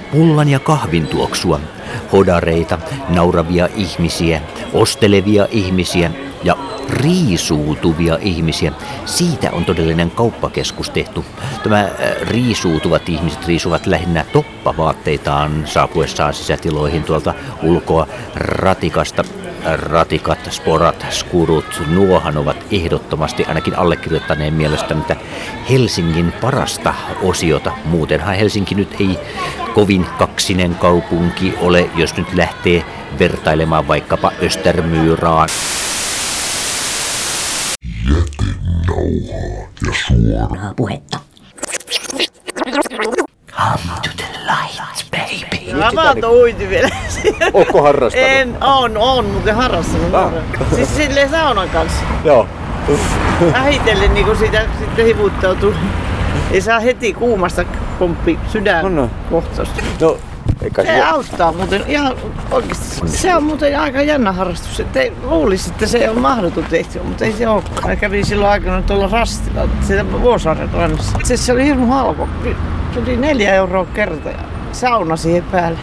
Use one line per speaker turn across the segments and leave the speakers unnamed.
pullan ja kahvin tuoksua, hodareita, nauravia ihmisiä, ostelevia ihmisiä ja riisuutuvia ihmisiä. Siitä on todellinen kauppakeskus tehty. Tämä riisuutuvat ihmiset riisuvat lähinnä toppavaatteitaan saapuessaan sisätiloihin tuolta ulkoa ratikasta. Ratikat, sporat, skurut, nuohan ovat ehdottomasti ainakin allekirjoittaneen mielestä mitä Helsingin parasta osiota. Muutenhan Helsinki nyt ei kovin kaksinen kaupunki ole, jos nyt lähtee vertailemaan vaikkapa Östermyraan.
Jätenauhaa ja suoraa
puhetta.
Come to the light, baby.
Mä uiti vielä.
Ootko harrastanut?
On, mutta harrastanut. Siis silleen saunan kanssa.
Joo.
Vähitellen niinku siitä sitten hivuttautuu. Ei saa heti kuumasta pomppi sydänkohtausta.
No,
se auttaa muuten ihan oikeesti. Se on muuten aika jännä harrastus. Luulisi, että se on mahdoton tehty, mutta ei se olekaan. Mä kävin silloin aikana tuolla Rastilla, siellä Vuosaaren rannassa. Se oli hirmu halpa. Se oli 4 euroa kerta ja sauna siihen päälle.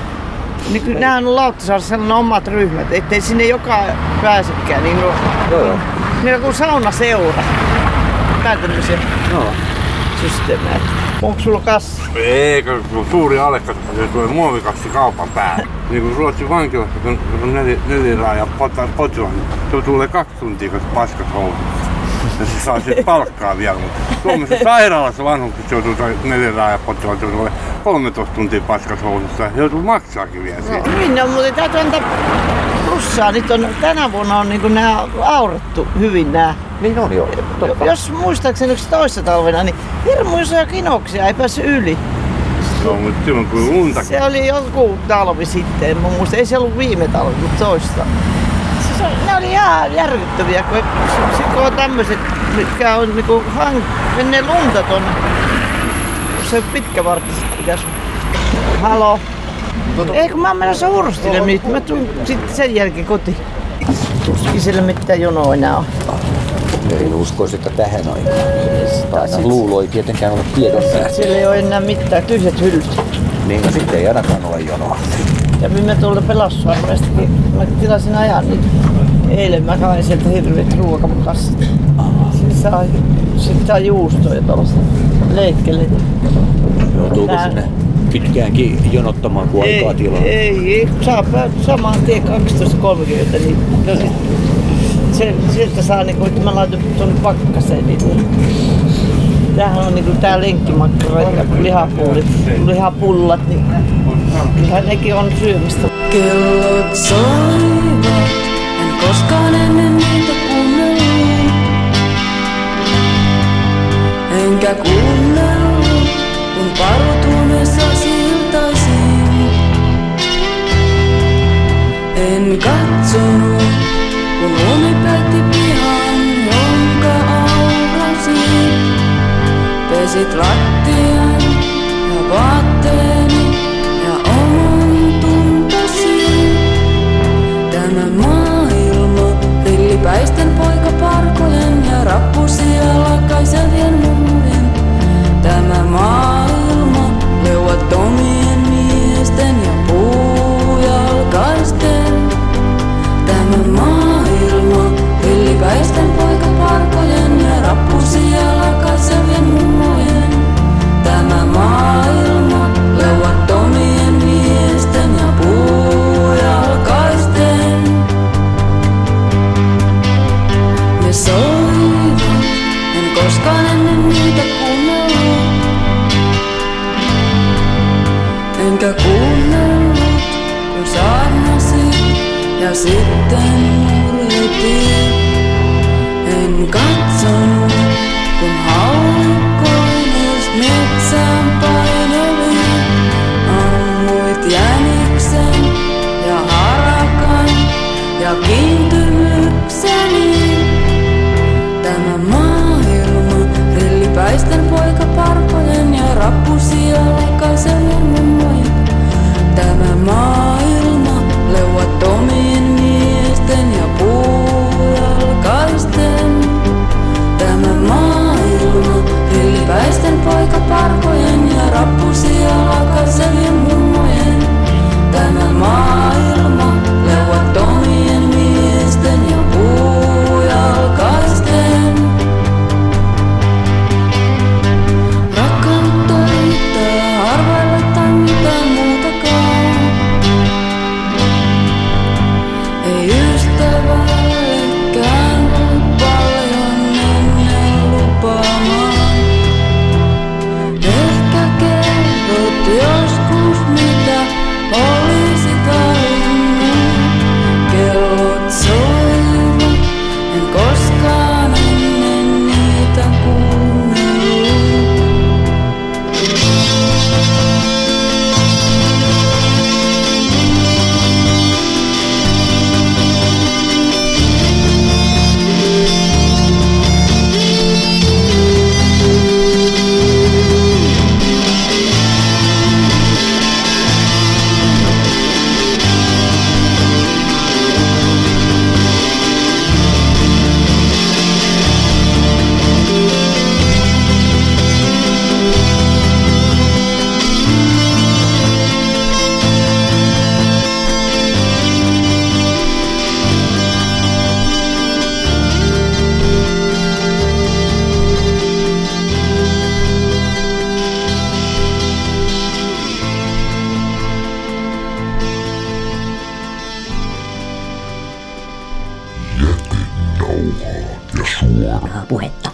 Niin nämähän on Lauttasaaressa sellainen omat ryhmät, ettei sinne joka pääsekään. Niin on kuin saunaseura. Käytännössä systeemejä. Onko sulla kassi?
Ei, kun suuri alekassi, se tulee muovikassi kaupan päälle. Niin kuin Ruotsin vankilassa, kun on 4 raajaa potilaan, se tulee 2 tuntia, kun paskat housussa. Ja se saa sitten palkkaa vielä, mutta Suomessa sairaalassa vanhukset joutuu 4 raajaa potilaan, se tulee 13 tuntia paskat housussa ja joutuu maksaakin vielä siitä.
Niin on, mutta täytyy antaa plussaa. Nyt on, tänä vuonna on niin nämä aurattu hyvin nämä.
Niin on joo, totta.
Jos muistaakseni yksi toissa talvena, niin hirmu isoja kinoksia ei päässyt yli.
No, mutta silloin kun untakin.
Se oli joku talvi sitten, mä muistan. Ei se ollut viime talvi, mutta toista. Ne oli ihan järkyttäviä, kun on tämmöiset, mitkä on niinku menee lunta tonne. Se on pitkävartiset pitäis. Halo. Ei kun mä oon menossa Hurstille nyt, mä tuun sitten sen jälkeen kotiin. Tuskin siellä mitään jonoa enää on.
En uskoisi, että tähän aikaan. Luulo ei tietenkään ole tiedossa.
Siellä ei ole enää mitään, tyhjät hyllyt.
Niin, no sitten ei ainakaan ole jonoa.
Ja mä tuolta Pelastusarmeestakin, mä tilasin ajan nyt. Eilen mä kain sieltä hirveet ruokakassit. Sitten saa juustoa ja tollaista leikkeleitä.
Joutuuko sinne pitkäänkin jonottamaan, kun aikaa tilaa?
Ei, saa samaan tien 12.30, niin sieltä saa niinku, että mä laitan tuonne pakkaseen niitä. Tämähän on niinku tää lenkkimakkara ja lihapullat, niin kyllähän nekin on syömistä.
Kellot soivat, en koskaan ennen niitä kuunnellut. Enkä kuunnellut, kun parutuunessa siltaisin. En katsonut, kun lumi petti pihan, jonka aurasin. Pesit lattian ja vaatteeni ja oman tuntasi. Tämä maailma, rillipäisten poikaparkojen ja rappusia lakaisevien mummujen. Tämä maailma, leuattomien miesten ja puujalkaisten. Tämä maailma, rillipäisten poikaparkojen ja rappusia lakaisevien mummojen. Tämä maailma, leuattomien miesten ja puujalkaisten. Ne soivat, en koskaan ennen niitä kuunnellut. Enkä kuunnellut, kun saarnasit ja sitten murjutin. En katsonut, kun haulikkoines metsään paineli. Ammuit jäniksen ja harakan ja kiintymykseni. Tämä maailma, rillipäisten poikaparkojen ja rappusia lakaisevien mummojen. Tämä maailma, leuattomien miesten ja
Suoraa puhetta.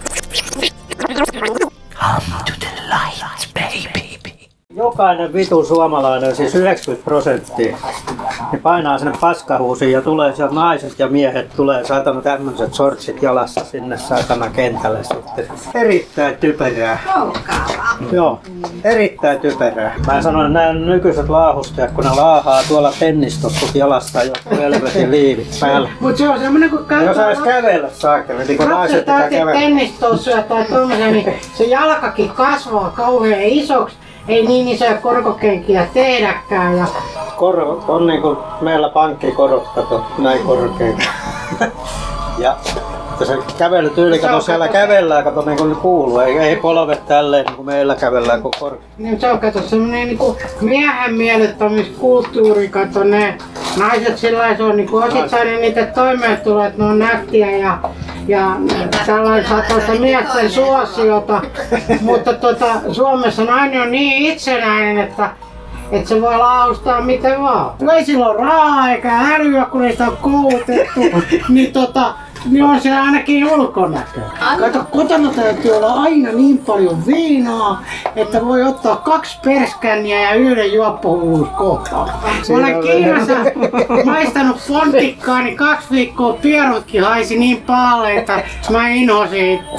Come to the light, baby.
Jokainen vitu suomalainen, siis 90%, niin painaa sinne paskahuusiin ja tulee sieltä naiset ja miehet, tulee saatana tämmöiset sortsit jalassa sinne saatana kentälle sitten. Erittäin typerää. Joo, erittäin typerää. Mä sanoin, että nämä nykyiset laahustajat, kun ne laahaa tuolla tennistossut jalasta jo velvetin liivit päällä.
Mut se on semmonen, kun
Jos sais kävellä saakeli, niin kun naiset pitää kävellä.
tennistossuja tai tommosia, niin se jalkakin kasvaa kauhean isoksi. Ei niin isoja korkokenkiä tehdäkään. Ja
Korot on niinku meillä pankkikorot, kato, näin korkeita. Ja se kävelytyyli, kato siellä kävellään, kato niin kuin ne kuuluu. Ei polvet tälleen niin kuin meillä kävellään kun
niin se on kato semmonen niinku miehen miellyttämiskulttuuri, kato ne naiset sillä se on niinku osittain niitä toimeentuloa, että ne on nättiä ja tällainen satoista miesten suosiota. Mutta Suomessa nainen on niin itsenäinen, että se voi laustaa miten vaan. No ei sillä ole rahaa eikä älyä, kun ei sitä ole koulutettu, niin on siellä ainakin ulkonäkö. Kato, kotona täytyy olla aina niin paljon viinaa, että voi ottaa 2 perskänniä ja 1 juoppohuus kohtaan. Mä olen Kiinassa maistanut pontikkaa, niin 2 viikkoa pierutkin haisi niin pahalle, että mä inhosin itse.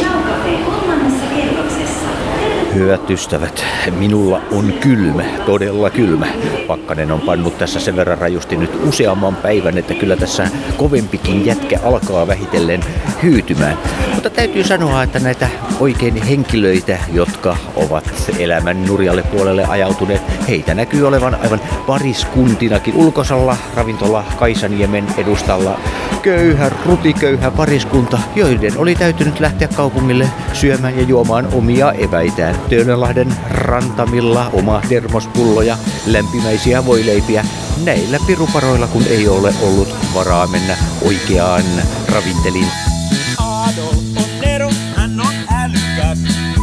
Hyvät ystävät, minulla on kylmä, todella kylmä. Pakkanen on pannut tässä sen verran rajusti nyt useamman päivän, että kyllä tässä kovempikin jätkä alkaa vähitellen hyytymään. Mutta täytyy sanoa, että näitä oikein henkilöitä, jotka ovat elämän nurjalle puolelle ajautuneet, heitä näkyy olevan aivan pariskuntinakin ulkosalla ravintola Kaisaniemen edustalla. Köyhä, rutiköyhä pariskunta, joiden oli täytynyt lähteä kaupungille syömään ja juomaan omia eväitään. Töölönlahden rantamilla oma termospulloja, lämpimäisiä voileipiä. Näillä piruparoilla kun ei ole ollut varaa mennä oikeaan ravinteliin.
Adolf on nero, hän on älykäs.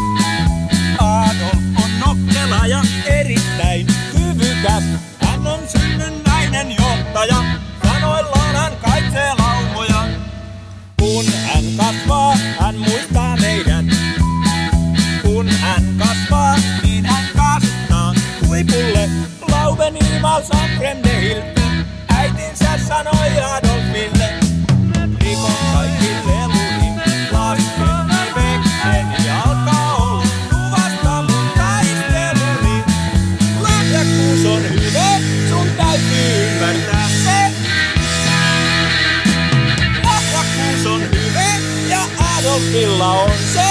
Adolf on nokkela ja erittäin kyvykäs. Hän on synnynnäinen johtaja, sanoillaan hän kaitsee laumoja. Kun hän kasvaa, hän muistaa meidät. Kun hän kasvaa, niin hän kastaa huipulle. Lauben ilmal Sankrem de Hilfe, äitinsä sanoi Adolfille. Rikon kaikki leluihin, lasken vekseni alkaa olla. Luvasta mun taisteluni. Lahjakkuus on hyvä, sun täytyy ymmärtää se. Lahjakkuus on hyvä ja Adolfilla on se.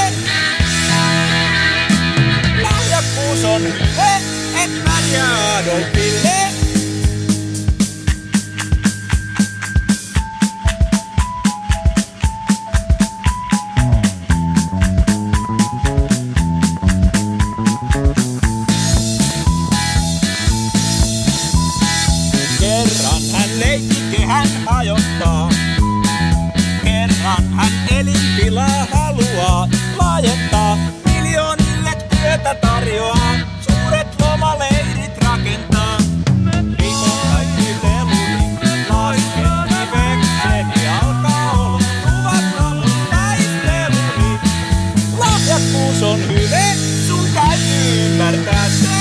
Lahjakkuus on hyvä, et pärjää Adolfille. Kerran hän leikki, hän hajottaa. Kerran hän elintilaa haluaa laajentaa. Miljoonille työtä tarjoaa. Suuret lomaleirit rakentaa. Rikon kaikki leluihin, laskeni vekseni alkaa olla. Luvasta mun taisteluni. Lahjakkuus on hyvä, sun täytyy ymmärtää se.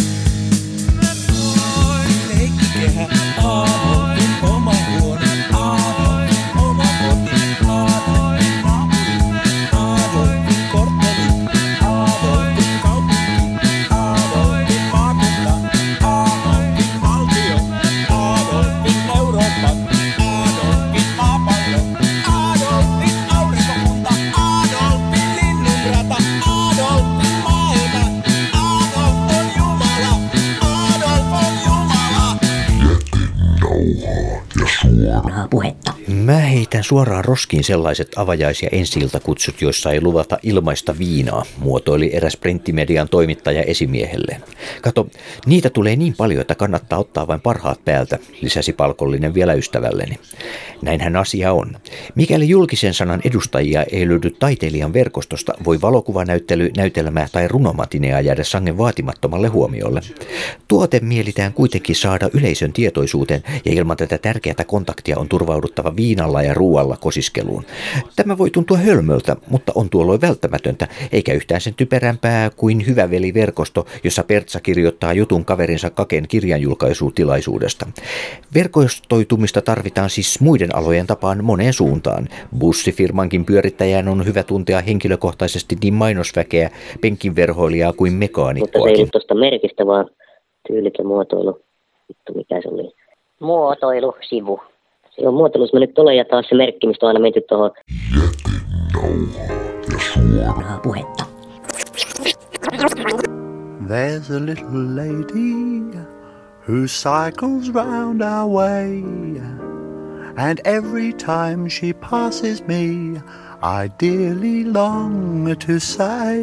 Leikkikehä, Adolfin oma huone, Adolfin oma koti, Adolfin naapuri, Adolfin kortteli, Adolfin kaupunki, Adolfin maakunta, Adolfin valtio, Adolfin Eurooppa, Adolfin maapallo, Adolfin aurinkokunta, Adolfin linnunrata, Adolfin maailma, Adolf on Jumala, Adolf on Jumala.
Suoraa puhetta. Mä heitän suoraan roskiin sellaiset avajais- ja ensi-iltakutsut, joissa ei luvata ilmaista viinaa, muotoili eräs printtimedian toimittaja esimiehelleen. Kato, niitä tulee niin paljon, että kannattaa ottaa vain parhaat päältä, lisäsi palkollinen vielä ystävälleni. Näinhän asia on. Mikäli julkisen sanan edustajia ei löydy taiteilijan verkostosta, voi valokuvanäyttely, näytelmä tai runomatinea jäädä sangen vaatimattomalle huomiolle. Tuote mielitään kuitenkin saada yleisön tietoisuuteen ja ilman tätä tärkeää kontaktia on turvauduttava viinalla ja ruualla kosiskeluun. Tämä voi tuntua hölmöltä, mutta on tuolloin välttämätöntä, eikä yhtään sen typerämpää kuin Hyvä veli-verkosto, jossa Pertsa kirjoittaa jutun kaverinsa Kaken kirjanjulkaisutilaisuudesta. Verkostoitumista tarvitaan siis muiden alojen tapaan moneen suuntaan. Bussifirmankin pyörittäjän on hyvä tuntea henkilökohtaisesti niin mainosväkeä, penkinverhoilijaa kuin mekaanikkoakin.
Mutta se ei ollut tuosta merkistä, vaan tyylit ja muotoilu. Vittu, mikä se oli? Muotoilusivu. Se on muotoilussa mennyt tuolle ja taas se merkki, mistä on aina menty tuohon.
Suoraa puhetta.
There's a little lady who cycles round our way, and every time she passes me, I dearly long to say,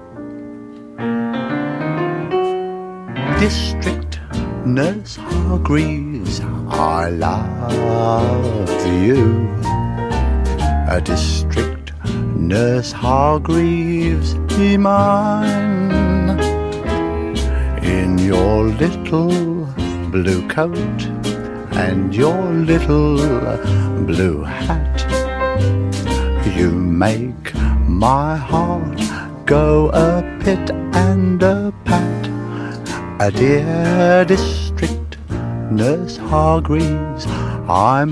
District Nurse Hargreaves, I love you. A District Nurse Hargreaves, be mine. In your little blue coat and your little blue hat, you make my heart go a pit and a pat. A dear District Nurse Hargreaves, I'm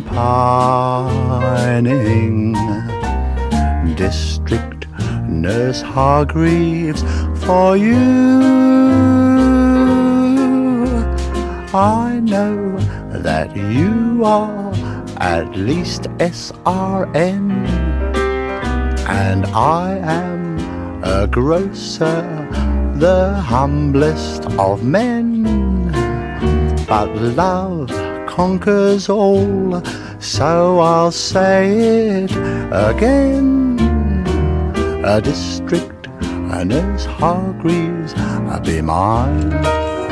pining. District Nurse Hargreaves, for you. I know that you are at least SRN, and I am a grocer, the humblest of men. But love conquers all, so I'll say it again. A District Nurse Hargreaves, be mine.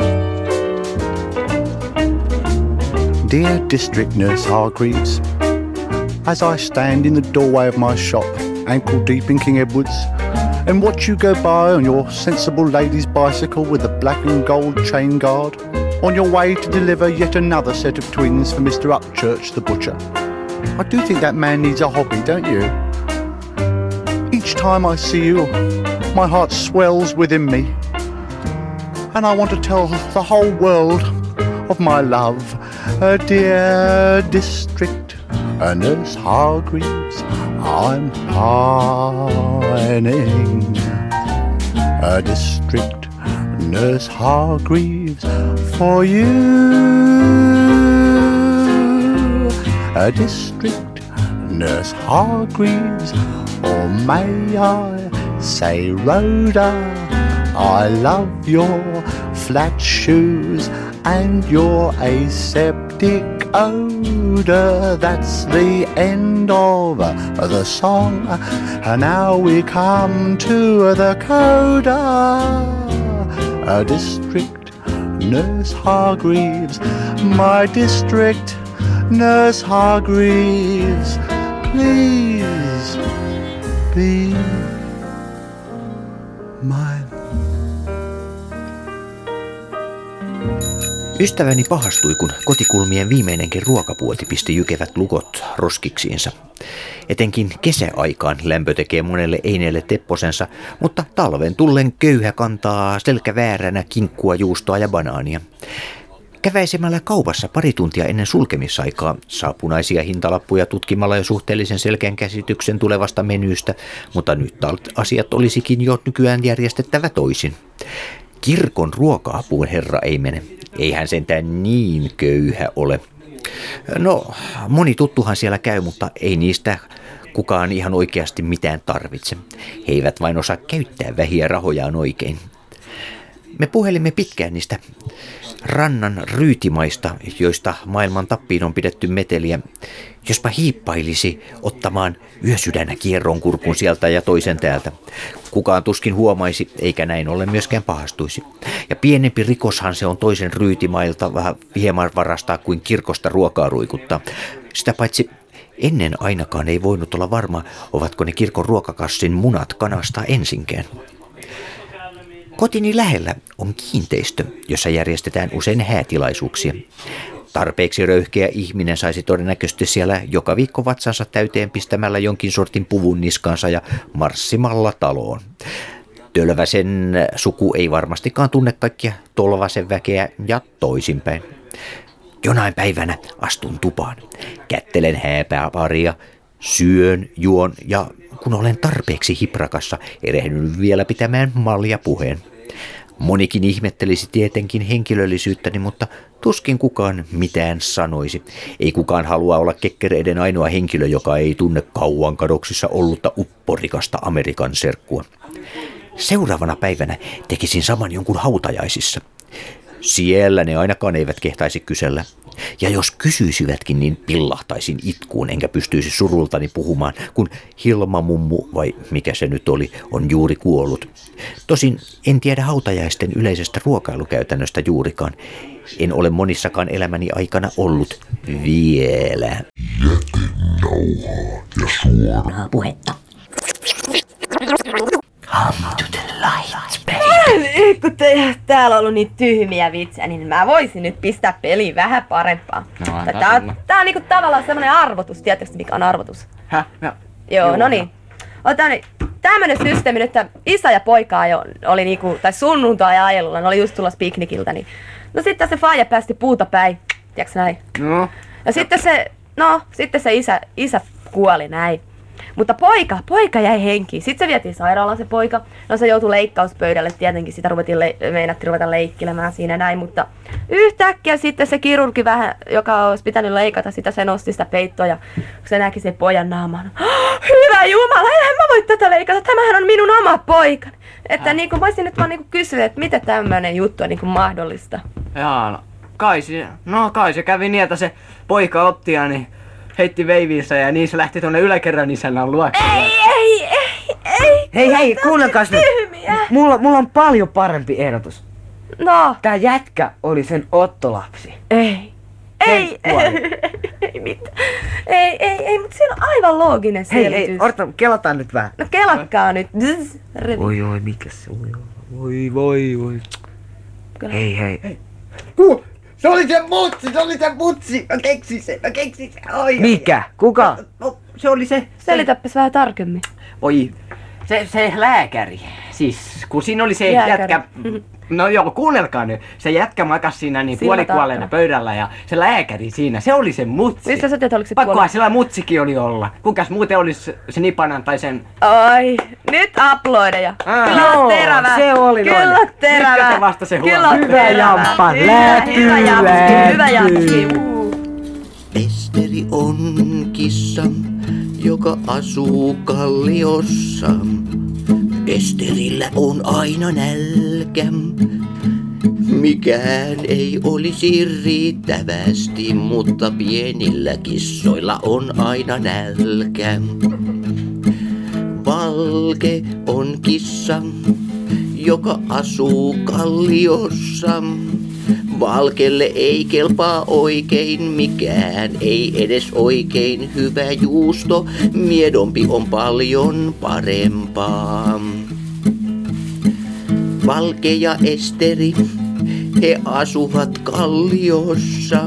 Dear District Nurse Hargreaves, as I stand in the doorway of my shop, ankle deep in King Edward's, and watch you go by on your sensible lady's bicycle with the black and gold chain guard, on your way to deliver yet another set of twins for Mr. Upchurch the butcher. I do think that man needs a hobby, don't you? Each time I see you, my heart swells within me, and I want to tell the whole world of my love. A dear District Nurse Hargreaves, I'm pining. A District Nurse Hargreaves, for you. A District Nurse Hargreaves, or may I say Rhoda, I love your flat shoes and your aseptic odour. That's the end of the song, and now we come to the coda. A District Nurse Hargreaves, my District Nurse Hargreaves, please be mine.
Ystäväni pahastui, kun kotikulmien viimeinenkin ruokapuoti pisti jykevät lukot roskiksiinsa. Etenkin kesäaikaan lämpö tekee monelle eineelle tepposensa, mutta talven tullen köyhä kantaa selkävääränä kinkkua, juustoa ja banaania. Käväisemällä kaupassa pari tuntia ennen sulkemisaikaa saa punaisia hintalappuja tutkimalla jo suhteellisen selkeän käsityksen tulevasta menyystä, mutta nyt asiat olisikin jo nykyään järjestettävä toisin. Kirkon ruoka-apuun herra ei mene. Ei hän sentään niin köyhä ole. No, moni tuttuhan siellä käy, mutta ei niistä kukaan ihan oikeasti mitään tarvitse. He eivät vain osaa käyttää vähiä rahojaan oikein. Me puhelimme pitkään niistä rannan ryytimaista, joista maailman tappiin on pidetty meteliä. Jospa hiippailisi ottamaan yösydänä kierron kurkun sieltä ja toisen täältä. Kukaan tuskin huomaisi, eikä näin ollen myöskään pahastuisi. Ja pienempi rikoshan se on toisen ryytimailta vähän hieman varastaa kuin kirkosta ruokaa ruikuttaa. Sitä paitsi ennen ainakaan ei voinut olla varma, ovatko ne kirkon ruokakassin munat kanasta ensinkään. Kotini lähellä on kiinteistö, jossa järjestetään usein häätilaisuuksia. Tarpeeksi röyhkeä ihminen saisi todennäköisesti siellä joka viikko vatsansa täyteen pistämällä jonkin sortin puvun niskansa ja marssimalla taloon. Tölväsen suku ei varmastikaan tunne kaikkia Tolvasen väkeä ja toisinpäin. Jonain päivänä astun tupaan, kättelen hääpääparia, syön, juon ja kun olen tarpeeksi hiprakassa, erehdyn vielä pitämään maljapuheen. Monikin ihmettelisi tietenkin henkilöllisyyttäni, mutta tuskin kukaan mitään sanoisi. Ei kukaan halua olla kekkereiden ainoa henkilö, joka ei tunne kauan kadoksissa ollutta upporikasta Amerikan serkkua. Seuraavana päivänä tekisin saman jonkun hautajaisissa. Siellä ne ainakaan eivät kehtaisi kysellä. Ja jos kysyisivätkin, niin pillahtaisin itkuun, enkä pystyisi surultani puhumaan, kun Hilma mummu, vai mikä se nyt oli, on juuri kuollut. Tosin en tiedä hautajaisten yleisestä ruokailukäytännöstä juurikaan. En ole monissakaan elämäni aikana ollut vielä.
Jätenauhaa ja suoraa
puhetta.
Come to the light, baby.
Kun täällä on ollut niin tyhmiä vitsejä, niin mä voisin nyt pistää peliin vähän parempaa.
No,
tää on niinku tavallaan semmonen arvotus. Tiedätkö mikä on arvotus?
Häh?
Joo, no niin. Otetaan nyt tämmönen systeemi nyt, että isä ja poika oli niinku, tai sunnuntai-ajelulla, ne oli just tulossa piknikiltä, niin no sitten se faija päästi puuta päin, tiedätkö näin?
No.
Ja sitten se isä kuoli näin. Mutta poika jäi henkiin. Sitten se vietiin sairaalaan se poika. No se joutui leikkauspöydälle tietenkin. Sitä meinattiin ruveta leikkilemään siinä näin. Mutta yhtäkkiä sitten se kirurgi vähän, joka olisi pitänyt leikata sitä, se nosti sitä peittoa. Ja se näki sen pojan naaman. Hyvä Jumala, enhän mä voi tätä leikata. Tämähän on minun oma poikani. Että niin kuin mä olisin nyt vaan niin kysyä, että miten tämmöinen juttu on niin kuin mahdollista.
Jaa, kai se kävi niin, että se poika otti ja niin heitti veiviinsä ja niin se lähti tuonne yläkerran isännän luokse.
Ei.
Hei, kuunnelkaas nyt. Mulla on paljon parempi ehdotus.
No.
Tää jätkä oli sen ottolapsi.
Ei mitään. Ei, mutta siinä on aivan looginen selitys.
Hei, odota, kelataan nyt vähän.
No kelakkaa nyt.
Oi, mikä se oli? Voi. Hei. Se oli se mutsi! Mä keksin se! Oi. Mikä? Kuka? No, se oli se.
Selitäpäs vähän tarkemmin.
Oi, se lääkäri. Siis, kun siinä oli se jätkä... No joo, kuunnelkaa nyt. Se jätkä makas siinä niin puolikuolleena pöydällä ja se lääkäri siinä, se oli se mutsi.
Mistä sä tiedät, oliko se
pakkohan sillä mutsikin oli olla. Kukas muuten olisi se Nipanan tai sen...
Oi, nyt aploideja. Kyllä on terävä.
Se oli noin.
Kyllä on terävä.
Nytkä se vasta se huomio.
Hyvä jamppa. Hyvä japski.
Esteri on kissa, joka asuu kalliossa. Esterillä on aina nälkä. Mikään ei olisi riittävästi, mutta pienillä kissoilla on aina nälkä. Valke on kissa, joka asuu kalliossa. Valkelle ei kelpaa oikein mikään, ei edes oikein hyvä juusto. Miedompi on paljon parempaa. Valke ja Esteri, he asuvat kalliossa.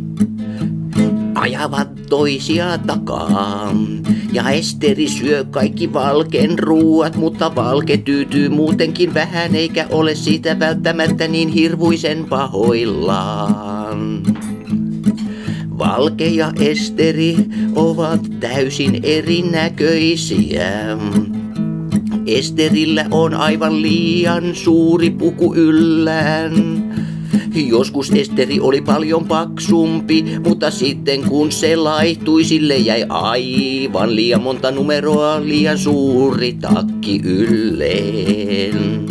Ajavat toisia takaa. Ja Esteri syö kaikki Valken ruuat, mutta Valke tyytyy muutenkin vähän, eikä ole siitä välttämättä niin hirvuisen pahoillaan. Valke ja Esteri ovat täysin erinäköisiä. Esterillä on aivan liian suuri puku yllään. Joskus Esteri oli paljon paksumpi, mutta sitten kun se laihtui, sille jäi aivan liian monta numeroa, liian suuri takki ylleen.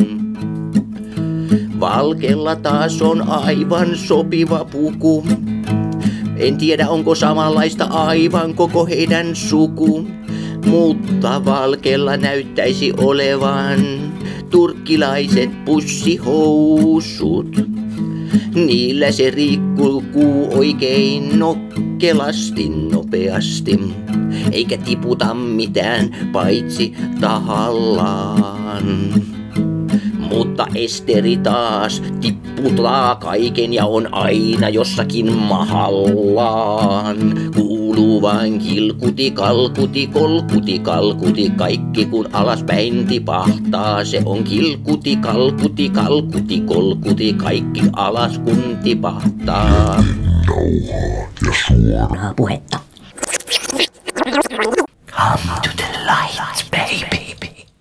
Valkella taas on aivan sopiva puku. En tiedä onko samanlaista aivan koko heidän suku, mutta Valkella näyttäisi olevan turkkilaiset pussihousut. Niillä se riikkuu oikein nokkelasti nopeasti, eikä tiputa mitään paitsi tahallaan. Mutta Esteri taas tipputtaa kaiken ja on aina jossakin mahallaan. Kuuluu vain kilkuti, kalkuti, kolkuti, kalkuti, kaikki kun alaspäin tipahtaa. Se on kilkuti, kalkuti, kalkuti, kolkuti, kaikki alas kun tipahtaa.
Nauhaa ja suoraa puhetta.
Come to the light, baby.